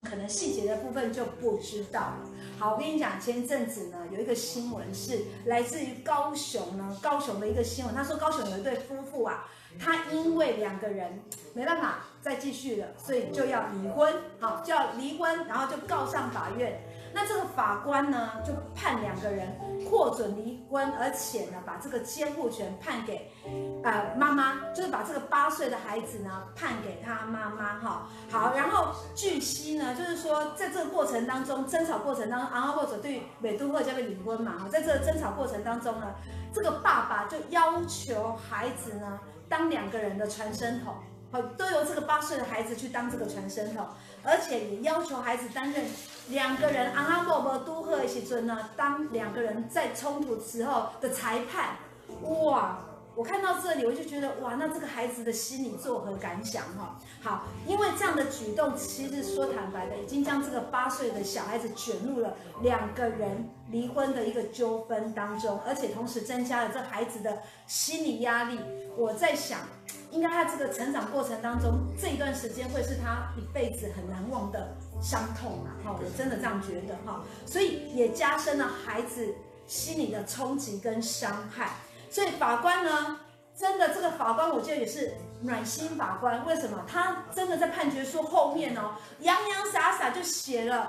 可能细节的部分就不知道了。好，我跟你讲，前一阵子呢，有一个新闻是来自于高雄呢，高雄的一个新闻，他说高雄有一对夫妇啊，他因为2个人没办法再继续了，所以就要离婚，好，就要离婚，然后就告上法院。那这个法官呢，就判2个人获准离婚，而且呢，把这个监护权判给妈妈，就是把这个8岁的孩子呢判给他妈妈哈。好，然后据悉呢，就是说在这个过程当中，争吵过程当中，然后或者对美都会要被离婚嘛哈，在这个争吵过程当中呢，这个爸爸就要求孩子呢当2个人的传声筒。好，都由这个8岁的孩子去当这个传声筒，而且也要求孩子担任2个人阿伯伯都赫的时阵呢，当2个人在冲突时候的裁判。哇！我看到这里，我就觉得哇，那这个孩子的心理作何感想哈？好，因为这样的举动，其实说坦白的，已经将这个8岁的小孩子卷入了2个人离婚的一个纠纷当中，而且同时增加了这孩子的心理压力。我在想，应该他这个成长过程当中，这一段时间会是他一辈子很难忘的伤痛啊！哈，我真的这样觉得哈，所以也加深了孩子心理的冲击跟伤害。所以法官呢，真的这个法官我觉得也是暖心法官。为什么？他真的在判决书后面哦，洋洋洒洒就写了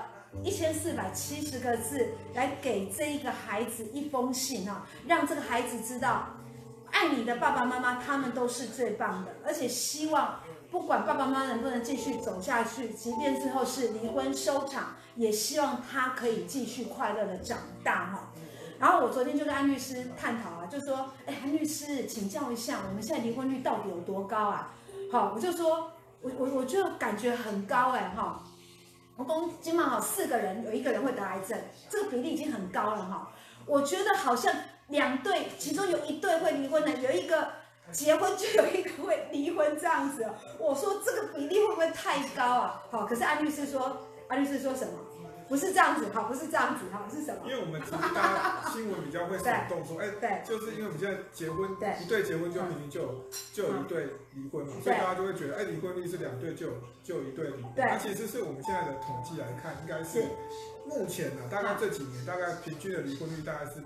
1470个字，来给这一个孩子一封信哦，让这个孩子知道，爱你的爸爸妈妈他们都是最棒的，而且希望不管爸爸妈妈能不能继续走下去，即便最后是离婚收场，也希望他可以继续快乐的长大哈。然后我昨天就跟安律师探讨啊，就说，安律师请教一下，我们现在离婚率到底有多高啊？好，我就说，我就感觉很高哈。我公今晚好4个人有1个人会得癌症，这个比例已经很高了哈。我觉得好像2对，其中有1对会离婚的，有一个结婚就有一个会离婚这样子。我说这个比例会不会太高啊？好，可是安律师说什么？不是这样子，好，不是这样子，好，是什么？ 因为我们其实大家新闻比较会耸动说，对，就是因为我们现在结婚1对结婚就平均就有1对离婚嘛，所以大家就会觉得，离婚率是2对就有1对离婚。那其实是我们现在的统计来看，应该是目前呢，大概这几年大概平均的离婚率大概是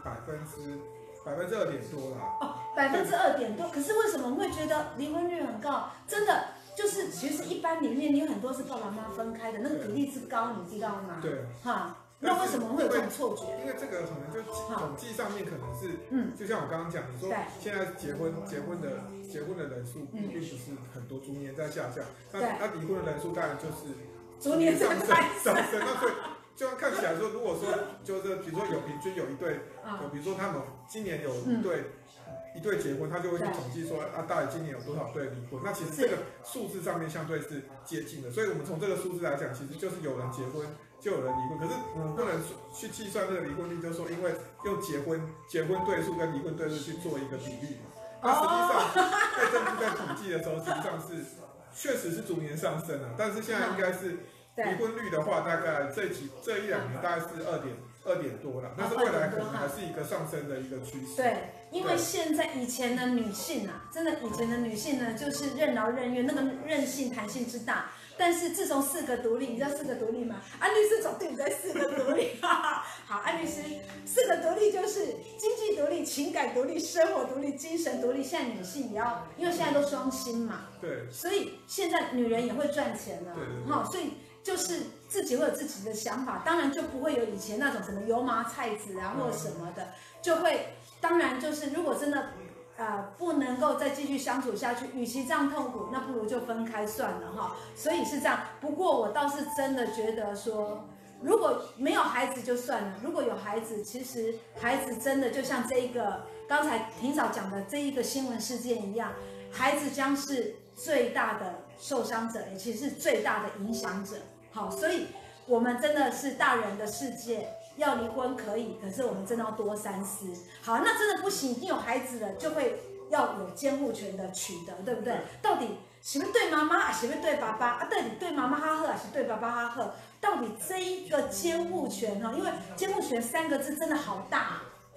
2%多啦。 哦，2%多，可是为什么会觉得离婚率很高？真的。就是其实一般里面有很多是爸爸妈妈分开的，那个比例之高，你知道吗？ 对， 哈，那为什么会有这种错觉？ 因为这个可能就统计上面可能是，就像我刚刚讲，你说现在结婚的人数并不是很多，逐年在下降。那离婚的人数当然就是逐年上升。 那所以就看起来说，如果说就是比如说平均有1对，比如说他们今年有一对结婚，他就会去统计说到底今年有多少对离婚。那其实这个数字上面相对是接近的，所以我们从这个数字来讲，其实就是有人结婚就有人离婚。可是我们不能去计算这个离婚率，就是说因为用结婚对数跟离婚对数去做一个比率。那实际上在政府在统计的时候，实际上是确实是逐年上升了，但是现在应该是离婚率的话，大概这1-2年大概是2点多了，但是未来可能还是一个上升的一个趋势。 对，因为现在以前的女性啊，真的以前的女性呢，就是任劳任怨，那个韧性弹性之大。但是自从4个独立，你知道4个独立吗？安律师总对不对？4个独立，好，安律师4个独立就是经济独立、情感独立、生活独立、精神独立。现在女性也要，因为现在都双薪嘛， 对， 所以现在女人也会赚钱了， 对， 所以就是自己会有自己的想法，当然就不会有以前那种什么油麻菜籽啊或者什么的，就会当然就是如果真的不能够再继续相处下去，与其这样痛苦，那不如就分开算了哈。所以是这样。不过我倒是真的觉得说，如果没有孩子就算了，如果有孩子，其实孩子真的就像这一个刚才霆嫂讲的这一个新闻事件一样，孩子将是最大的受伤者，也其实是最大的影响者。好，所以我们真的是大人的世界。要离婚可以，可是我们真的要多三思。好，那真的不行，已经有孩子了，就会要有监护权的取得，对不对？到底是不是对妈妈，还是不是对爸爸啊？到底对妈妈哈赫，还是对爸爸哈赫？到底这一个监护权呢？因为监护权3个字真的好大，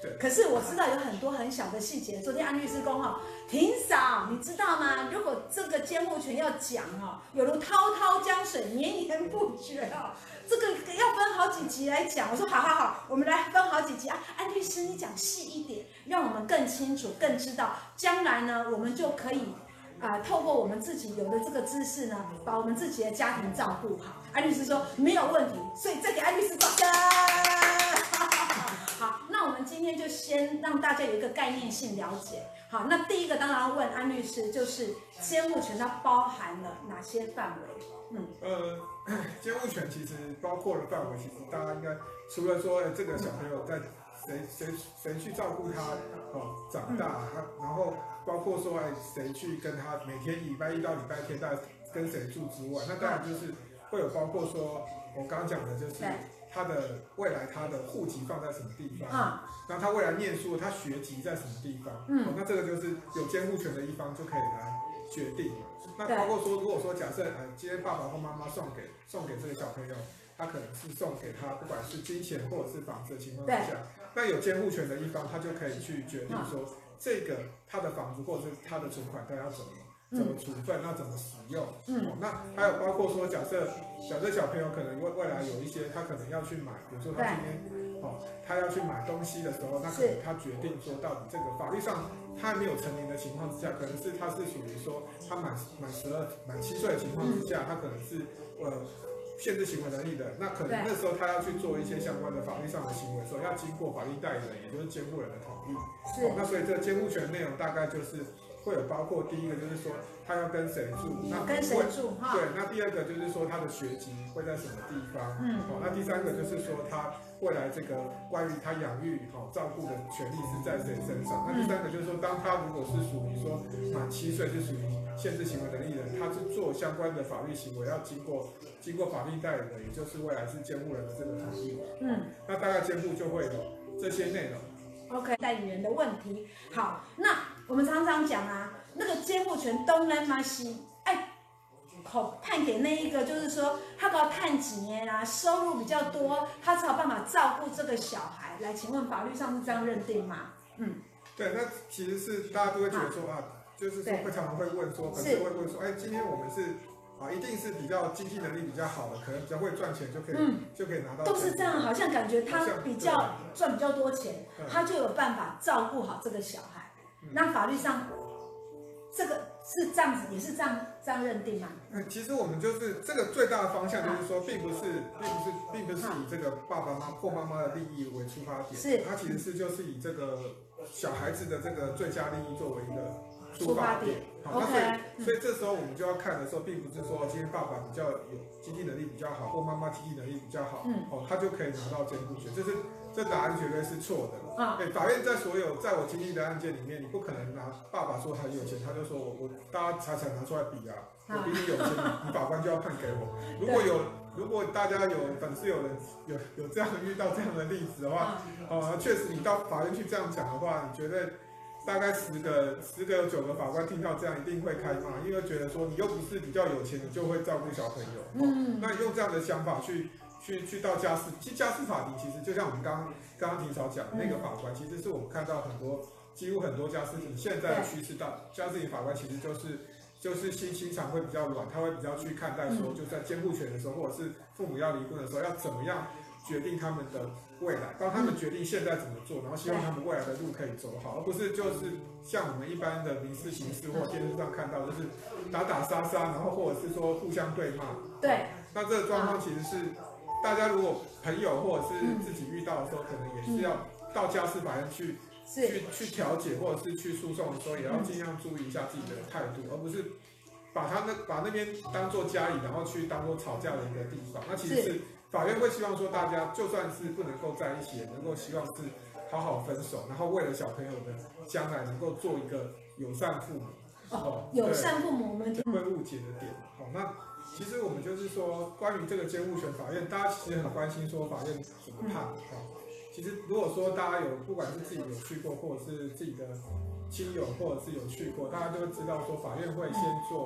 可是我知道有很多很小的细节。昨天安律师公庭嫂，你知道吗？如果这个监护权要讲有如滔滔江水绵延不绝这个要分好几集来讲。我说好，我们来分好几集啊。安律师，你讲细一点，让我们更清楚、更知道，将来呢，我们就可以透过我们自己有的这个知识呢，把我们自己的家庭照顾好。安律师说没有问题，所以再给安律师掌声。好，那我们今天就先让大家有一个概念性了解。好，那第一个当然要问安律师，就是监护权它包含了哪些范围？ 监护权其实包括的范围，其实大家应该除了说这个小朋友在谁去照顾他长大，然后包括说谁去跟他每天礼拜一到礼拜天跟谁住之外，那当然就是会有包括说我刚刚讲的就是他的未来他的户籍放在什么地方，然后他未来念书他学籍在什么地方，那这个就是有监护权的一方就可以来决定了。那包括说如果说假设今天爸爸或妈妈送给这个小朋友，他可能是送给他不管是金钱或者是房子的情况之下，那有监护权的一方他就可以去决定说这个他的房子或者是他的存款他要怎么处分，那怎么使用。那还有包括说假设小朋友可能未来有一些他可能要去买，比如说他今天他要去买东西的时候，那可能他决定说到底这个法律上他还没有成年的情况之下，可能是他是属于说他满7岁的情况之下，他可能是限制行为能力的，那可能那时候他要去做一些相关的法律上的行为的时候，要经过法定代理人，也就是监护人的同意。那所以这个监护权内容大概就是会有包括第一个就是说他要跟谁住，那跟谁住对，那第二个就是说他的学籍会在什么地方，那第三个就是说他未来这个关于他养育照顾的权利是在谁身上，那第三个就是说当他如果是属于说满7岁是属于限制行为能力人，他是做相关的法律行为要经过法定代理人，也就是未来是监护人的这个同意。那大概监护就会有这些内容。 OK， 代理人的问题。好，那我们常常讲那个监护权东南马西，判给那一个，就是说他给我判几年收入比较多，他才有办法照顾这个小孩。来，请问法律上是这样认定吗？ 对，那其实是大家都会觉得说就是说会常常会问说，粉丝会问说，今天我们是一定是比较经济能力比较好的，可能比较会赚钱就可以拿到。 都是这样，好像感觉他赚比较多钱，他就有办法照顾好这个小孩。那法律上这个是这样子，也是这样认定吗？ 其实我们就是这个最大的方向就是说，并不是以这个爸爸或妈妈的利益为出发点，它其实是就是以这个小孩子的这个最佳利益作为一个出发点。好，那所以这时候我们就要看的时候，并不是说今天爸爸比较有经济能力比较好，或妈妈经济能力比较好，他就可以拿到监护权，这答案绝对是错的。法院在我经历的案件里面，你不可能拿爸爸说很有钱，他就说我大家财产拿出来比我比你有钱，你法官就要判给我。如果大家粉丝有人有这样遇到这样的例子的话，确实你到法院去这样讲的话，你觉得大概10个有9个法官听到这样一定会开骂，因为觉得说你又不是比较有钱，你就会照顾小朋友。那用这样的想法去到家事，其实家事法庭其实就像我们刚刚庭嫂讲的那个法官，其实是我们看到几乎很多家事庭现在的趋势到家事庭法官其实就是心肠会比较软，他会比较去看待说，就在监护权的时候，或者是父母要离婚的时候，要怎么样决定他们的未来，帮他们决定现在怎么做，然后希望他们未来的路可以走好，而不是就是像我们一般的民事、刑事或电视上看到，就是打杀，然后或者是说互相对骂。 对。 那这个状况其实是大家如果朋友或者是自己遇到的时候，可能也是要到家事法院去调解，或者是去诉讼的时候，也要尽量注意一下自己的态度，而不是把那边当做家里，然后去当做吵架的一个地方。那其实是法院会希望说，大家就算是不能够在一起，也能够希望是好好分手，然后为了小朋友的将来能够做一个友善父母。 友善父母，我们会误解的点。好，那其实我们就是说，关于这个监护权，法院大家其实很关心说法院怎么判。其实如果说大家不管是自己有去过，或者是自己的亲友或者是有去过，大家就会知道说，法院会先做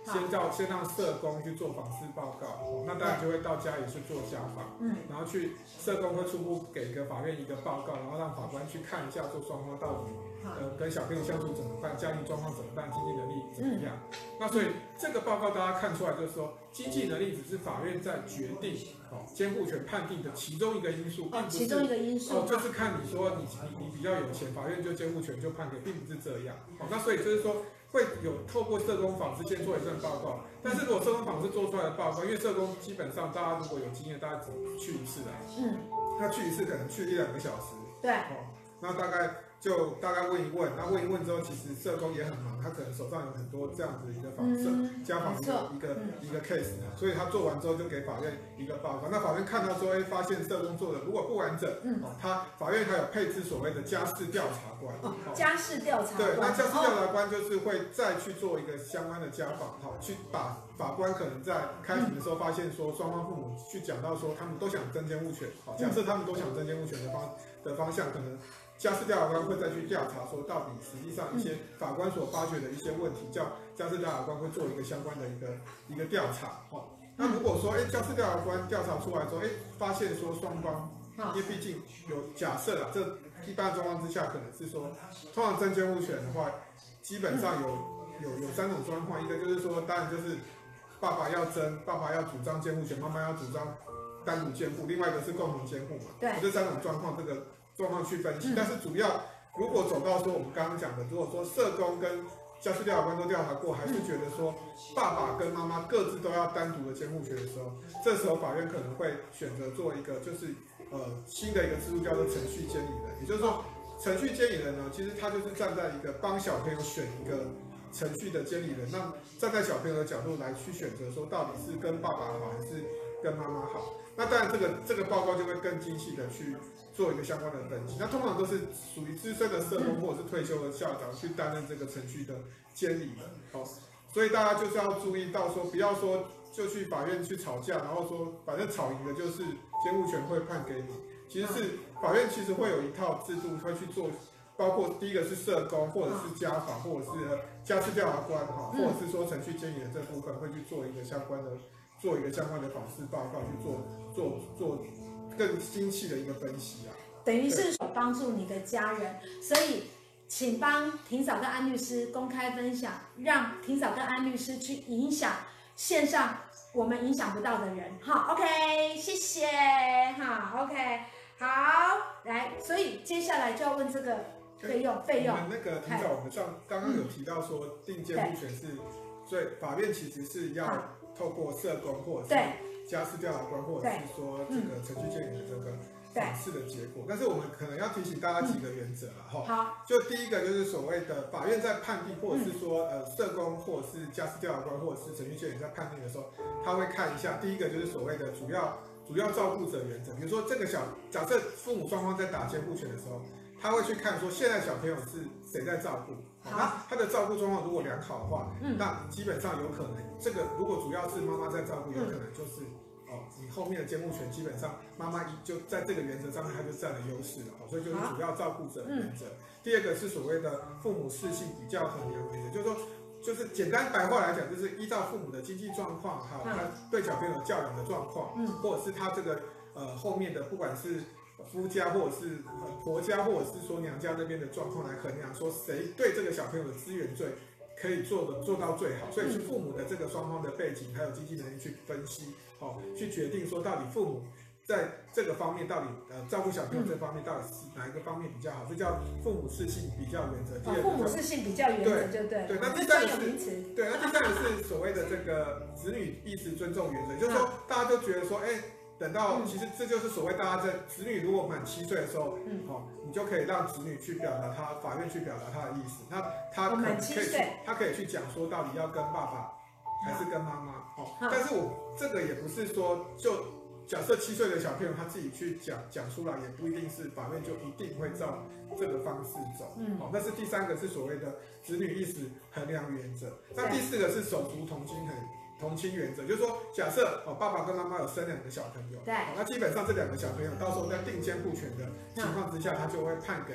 先让社工去做访视报告，那当然就会到家里去做家访，然后社工会初步给法院一个报告，然后让法官去看一下说双方到底跟小朋友相处怎么办，家庭状况怎么办，经济能力怎么样。那所以这个报告大家看出来就是说，经济能力只是法院在决定监护权判定的其中一个因素，并不是其中一个因素就是看你说你比较有钱，法院就监护权就判给，并不是这样。那所以就是说会有透过社工访视先做一份报告，但是如果社工访视做出来的报告，因为社工基本上大家如果有经验，大家只去一次的，他去一次可能去1-2个小时， 对， 那大概问一问，那问一问之后，其实社工也很忙，他可能手上有很多这样子一个家访一个 case， 所以他做完之后就给法院一个报告。那法院看到说，发现社工做的如果不完整，法院还有配置所谓的家事调查官， 家事调查官， 对，那家事调查官就是会再去做一个相关的家访，去把法官可能在开庭的时候发现说，双方父母去讲到说他们都想争监护权，假设他们都想争监护权的方向，可能家事调查官会再去调查说，到底实际上一些法官所发觉的一些问题，叫家事调查官会做一个相关的一个调查。那如果说家事调查官调查出来说，发现说双方，因为毕竟有假设啦，这一般状况之下可能是说，通常争监护权的话，基本上有3种状况，一个就是说，当然就是爸爸要主张监护权，妈妈要主张单独监护，另外一个是共同监护嘛。 对， 这3种状况，这个状况去分析。但是主要如果走到说我们刚刚讲的，如果说社工跟家事调查官都调查过，还是觉得说爸爸跟妈妈各自都要单独的监护权的时候，这时候法院可能会选择做一个就是新的一个制度，叫做程序监理人。也就是说，程序监理人呢，其实他就是站在一个帮小朋友选一个程序的监理人，那站在小朋友的角度来去选择说，到底是跟爸爸好还是跟妈妈好。那当然这个报告就会更精细的去做一个相关的分析。那通常都是属于资深的社工或者是退休的校长去担任这个程序的监理人。所以大家就是要注意到说，不要说就去法院去吵架，然后说反正吵赢的就是监护权会判给你。其实是法院其实会有一套制度会去做，包括第一个是社工，或者是家访，或者是家事调查官，或者是说程序监理的这部分会去做一个相关的访视报告，去做更精细的一个分析啊。 等于是帮助你的家人，所以请帮霆嫂跟安律师公开分享，让霆嫂跟安律师去影响线上我们影响不到的人。好 ，OK， 谢谢。好 ，OK， 好，来，所以接下来就要问这个费用。 我们那个霆嫂，我们刚刚有提到说定监护权是，所以法院其实是要透过社工或者是家事调查官，或者是说这个程序监理的这个访视的结果。但是我们可能要提醒大家几个原则了哈。 好， 就第一个就是所谓的法院在判定，或者是说社工或者是家事调查官或者是程序监理在判定的时候，他会看一下第一个就是所谓的主要照顾者原则。比如说这个假设父母双方在打监护权的时候，他会去看说现在小朋友是谁在照顾，那他的照顾状况如果良好的话，那基本上有可能这个如果主要是妈妈在照顾，有可能就是你后面的监护权基本上妈妈就在这个原则上面，他就占了优势了，所以就是主要照顾者原则。第二个是所谓的父母适性比较衡量原则，就是说，就是简单白话来讲，就是依照父母的经济状况，还有他对小朋友教养的状况，或者是他这个后面的不管是夫家或者是婆家或者是说娘家那边的状况来衡量，说谁对这个小朋友的资源可以做到最好，所以是父母的这个双方的背景还有经济能力去分析，去决定说到底父母在这个方面到底照顾小朋友这方面到底是哪一个方面比较好，这叫父母适性比较原则。 父母适性比较原则就对。 对，那第三个是所谓的这个子女意识尊重原则，就是说大家都觉得说，等到其实这就是所谓大家在子女如果满7岁的时候，你就可以让子女去表达法院去表达他的意思。那他可以去讲说到底要跟爸爸还是跟妈妈，但是我这个也不是说就假设7岁的小朋友他自己去讲出来，也不一定是法院就一定会照这个方式走。那是第三个是所谓的子女意识衡量原则。那第四个是手足同亲原则，就是说，假设爸爸跟妈妈有生2个小朋友，那基本上这2个小朋友到时候在定监护权的情况之下，他就会判给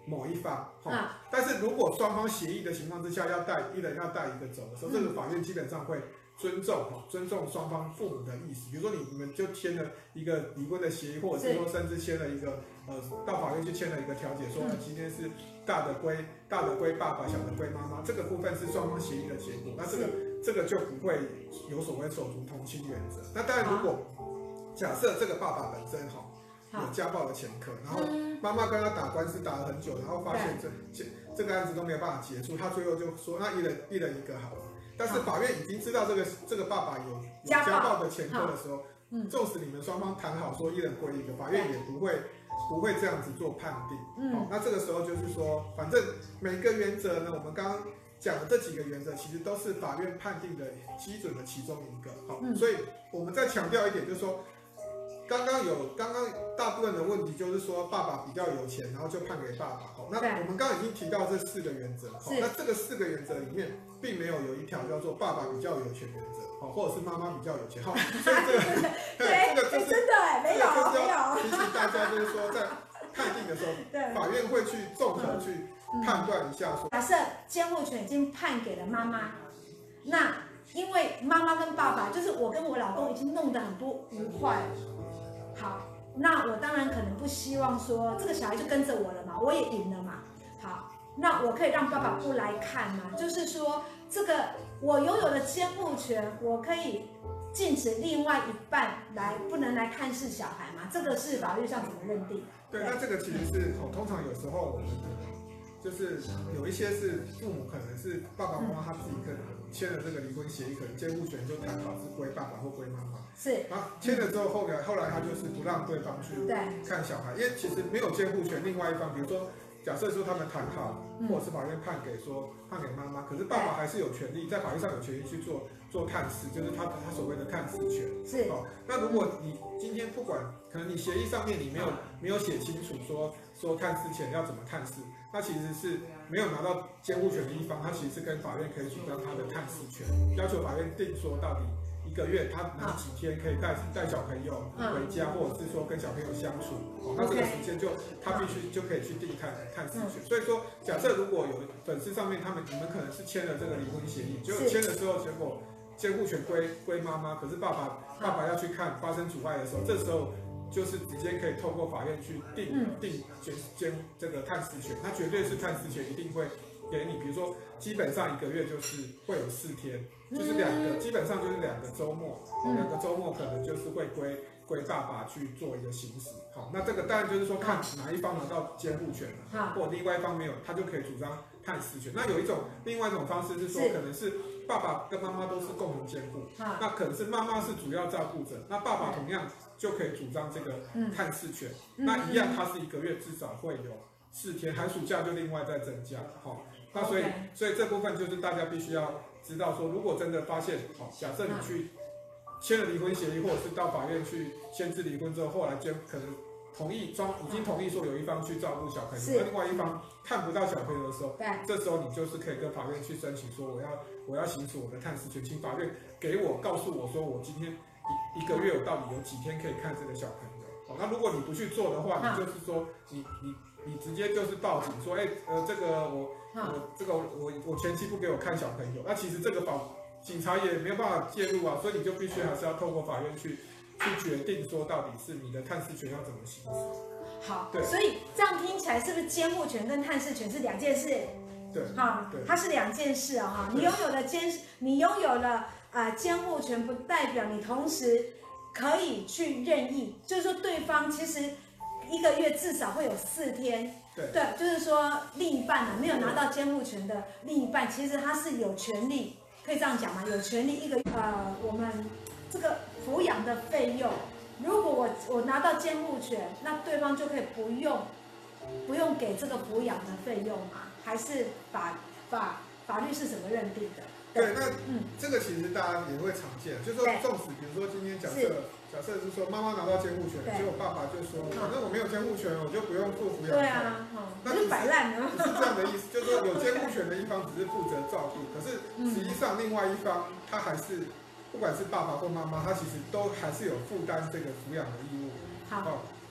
某一方，但是如果双方协议的情况之下，一人要带一个走的时候，这个法院基本上会尊重双方父母的意思。比如说你们就签了一个离婚的协议，或者是说甚至签了一个到法院去签了一个调解，说今天是大的归爸爸，小的归妈妈，这个部分是双方协议的结果。那这个就不会有所谓手足同亲原则。那当然，如果假设这个爸爸本身有家暴的前科，然后妈妈跟他打官司打了很久，然后发现这个案子都没有办法结束，他最后就说那一人一个好了。但是法院已经知道这个爸爸有家暴的前科的时候，纵使你们双方谈好说一人归一个，法院也不会这样子做判定。那这个时候就是说，反正每个原则呢，我们刚刚讲的这几个原则，其实都是法院判定的基准的其中一个。所以我们再强调一点，就是说，刚刚大部分的问题就是说爸爸比较有钱，然后就判给爸爸。那我们刚刚已经提到这4个原则，那这个4个原则里面，并没有一条叫做爸爸比较有钱原则，或者是妈妈比较有钱。所以这个真的没有提醒大家，就是说在判定的时候，法院会去综合去判断一下说， 假设监护权已经判给了妈妈，那因为妈妈跟爸爸，就是我跟我老公已经弄得很多无坏了。好，那我当然可能不希望说这个小孩就跟着我了嘛，我也赢了嘛。好，那我可以让爸爸不来看嘛？就是说，这个我拥有的监护权，我可以禁止另外一半不能来看视小孩嘛？这个是法律上怎么认定？ 对，那这个其实是通常有时候我们就是有一些是父母可能是爸爸妈妈他自己可能签了这个离婚协议，可能监护权就谈好是归爸爸或归妈妈。 是。 然后签了之后，后来他就是不让对方去看小孩，因为其实没有监护权，另外一方，比如说假设说他们谈好，或者是法院判给妈妈，可是爸爸还是有权利在法律上有权利去做探视，就是他所谓的探视权。 是。 那如果你今天不管，可能你协议上面你没有写清楚说探视前要怎么探视，那其实是没有拿到监护权的一方，他其实是跟法院可以主张他的探视权，要求法院定说到底1个月他哪几天可以带小朋友回家，或者是说跟小朋友相处，那这个时间他必须就可以去定探视权。所以说，假设如果有粉丝上面你们可能是签了这个离婚协议，就签了之后，结果监护权归妈妈，可是爸爸要去看发生阻碍的时候，这时候就是直接可以透过法院去定这个探视权，它绝对是探视权，一定会给你，比如说基本上1个月就是会有4天，就是基本上就是2个周末，2个周末可能就是会归爸爸去做一个行使。好，那这个当然就是说看哪一方拿到监护权了，或另外一方没有，他就可以主张探视权。那另外一种方式是说，可能是爸爸跟妈妈都是共同监护，那可能是妈妈是主要照顾者，那爸爸同样就可以主张这个探视权。那一样，他是1个月至少会有4天，寒暑假就另外再增加。好，那所以这部分就是大家必须要知道说，如果真的发现，假设你去签了离婚协议，或者是到法院去签字离婚之后，后来可能已经同意说有一方去照顾小朋友，那另外一方看不到小朋友的时候，这时候你就是可以跟法院去申请说，我要行使我的探视权，请法院告诉我说，我今天一个月我到底有几天可以看这个小朋友。那如果你不去做的话，你就是说你直接就是报警说，这个我前妻不给我看小朋友，那其实这个警察也没有办法介入啊，所以你就必须还是要透过法院去决定说到底是你的探视权要怎么行使。 好，所以这样听起来是不是监护权跟探视权是2件事？ 对， 它是2件事啊，你拥有了监护权，不代表你同时可以去任意，就是说对方其实1个月至少会有4天。对，就是说另一半没有拿到监护权的另一半，其实他是有权利，可以这样讲吗？有权利1个月我们这个抚养的费用，如果我拿到监护权，那对方就可以不用给这个抚养的费用嘛？还是法律是怎么认定的？ 对，那这个其实大家也会常见，就是说纵使比如说今天假设是说妈妈拿到监护权，结果爸爸就说，反正我没有监护权，我就不用付抚养费。 对啊，那就摆烂了。 不是这样的意思，就是说有监护权的一方只是负责照顾，可是实际上另外一方他还是不管是爸爸或妈妈，他其实都还是有负担这个抚养的义务。 好，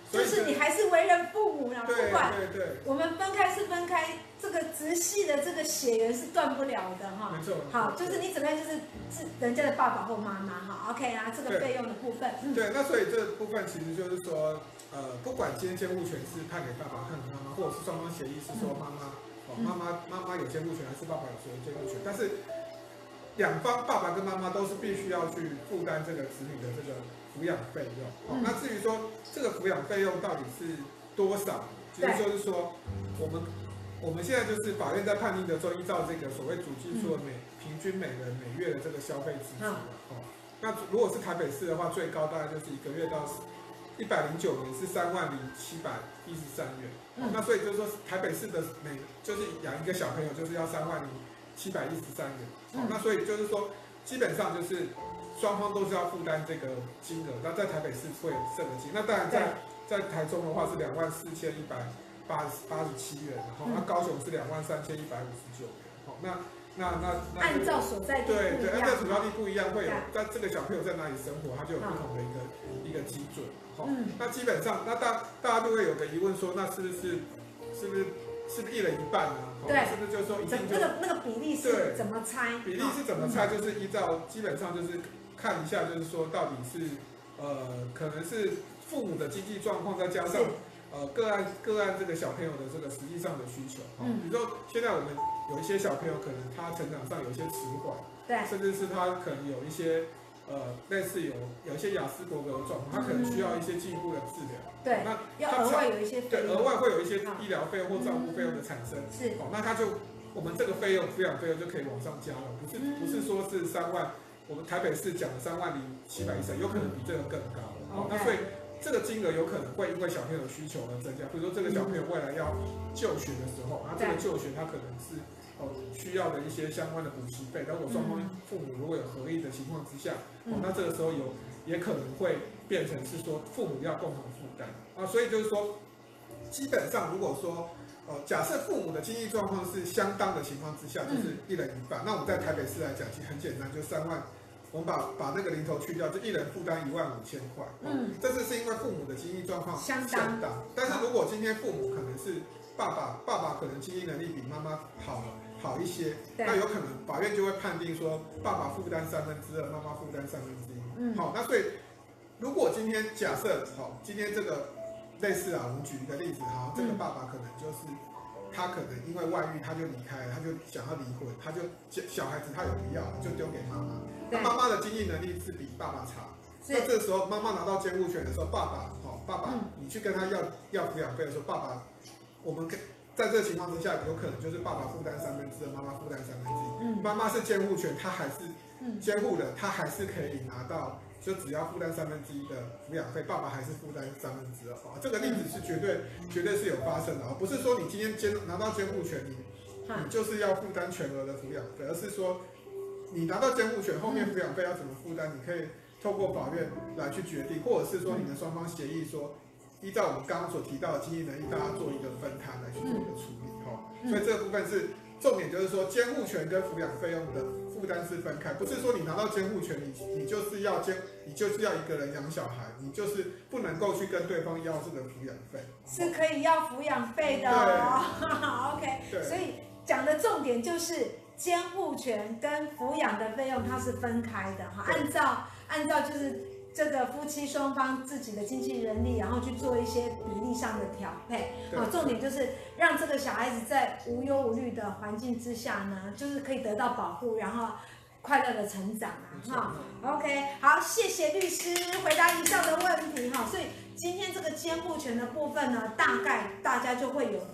就是你还是为人父母啦，不管对， 我们分开是分开，这个直系的这个血缘是断不了的哈。 没错。 好，就是你怎么样，就是人家的爸爸或妈妈哈。OK 啊，这个费用的部分。 对，那所以这部分其实就是说，不管今天监护权是判给爸爸、判给妈妈，或者是双方协议是说妈妈有监护权，还是爸爸有监护权，但是两方爸爸跟妈妈都是必须要去负担这个子女的这个抚养费用。那至于说这个抚养费用到底是多少，其实就是说我们现在就是法院在判定的时候，依照这个所谓主计处的平均每人每月的这个消费支出。那如果是台北市的话，最高大概就是1个月到109年是3.713万元。那所以就是说台北市的就是养一个小朋友就是要3.713万元。那所以就是说基本上就是双方都是要负担这个金额。那在台北市会有这个金额，那当然在台中的话是24187元，那高雄是23159元。那按照所在地对，按照所在地不一样，会有在这个小朋友在哪里生活，他就有不同的一个基准。那基本上，那大家就会有个疑问说，那是不是一人一半呢？ 对， 是不是就是说一定那个比例是怎么猜？ 比例是怎么猜？就是依照基本上就是看一下，就是说到底是可能是父母的经济状况，再加上个案这个小朋友的这个实际上的需求。比如说现在我们有一些小朋友可能他成长上有一些迟缓， 对， 甚至是他可能有一些类似有一些亚斯伯格的状况，他可能需要一些进一步的治疗。 对， 那要额外有一些费用， 对，额外会有一些医疗费用或照顾费用的产生。 是， 那他就我们这个费用抚养费用就可以往上加了，不是说是3万，我们台北市讲的3.713万，有可能比这个更高。那所以这个金额有可能会因为小朋友的需求而增加，比如说这个小朋友未来要就学的时候，这个就学他可能是需要的一些相关的补习费，但我双方父母如果有合意的情况之下，那这个时候也可能会变成是说父母要共同负担。所以就是说，基本上如果说假设父母的经济状况是相当的情况之下，就是一人一半。那我们在台北市来讲，其实很简单，就3万。我们把那个零头去掉，就一人负担15000块。这是因为父母的经济状况相当。但是如果今天父母可能是爸爸可能经济能力比妈妈好一些，那有可能法院就会判定说爸爸负担2/3，妈妈负担1/3。那所以如果今天假设今天这个类似我们举一个例子这个爸爸可能就是他可能因为外遇他就离开了，他就想要离婚，他就小孩子他也不要了，就丢给妈妈。那妈妈的经济能力是比爸爸差，那这时候妈妈拿到监护权的时候，爸爸你去跟他要抚养费的时候，爸爸我们在这个情况之下，有可能就是爸爸负担2/3，妈妈负担1/3。妈妈是监护权，他还是监护人，他还是可以拿到，就只要负担1/3的抚养费，爸爸还是负担2/3。这个例子是绝对是有发生的，不是说你今天拿到监护权，你就是要负担全额的抚养费，而是说你拿到监护权，后面抚养费要怎么负担，你可以透过法院来去决定，或者是说你们双方协议说，依照我们刚刚所提到的经济能力，大家做一个分摊来去做一个处理。所以这个部分是重点，就是说监护权跟抚养费用的负担是分开，不是说你拿到监护权，你就是要一个人养小孩，你就是不能够去跟对方要这个抚养费， 是可以要抚养费的OK， 所以讲的重点就是监护权跟抚养的费用它是分开的按照就是这个夫妻双方自己的经济能力，然后去做一些比例上的调配。重点就是让这个小孩子在无忧无虑的环境之下呢，就是可以得到保护，然后快乐的成长OK， 好，谢谢律师回答以上的问题所以今天这个监护权的部分呢，大概大家就会有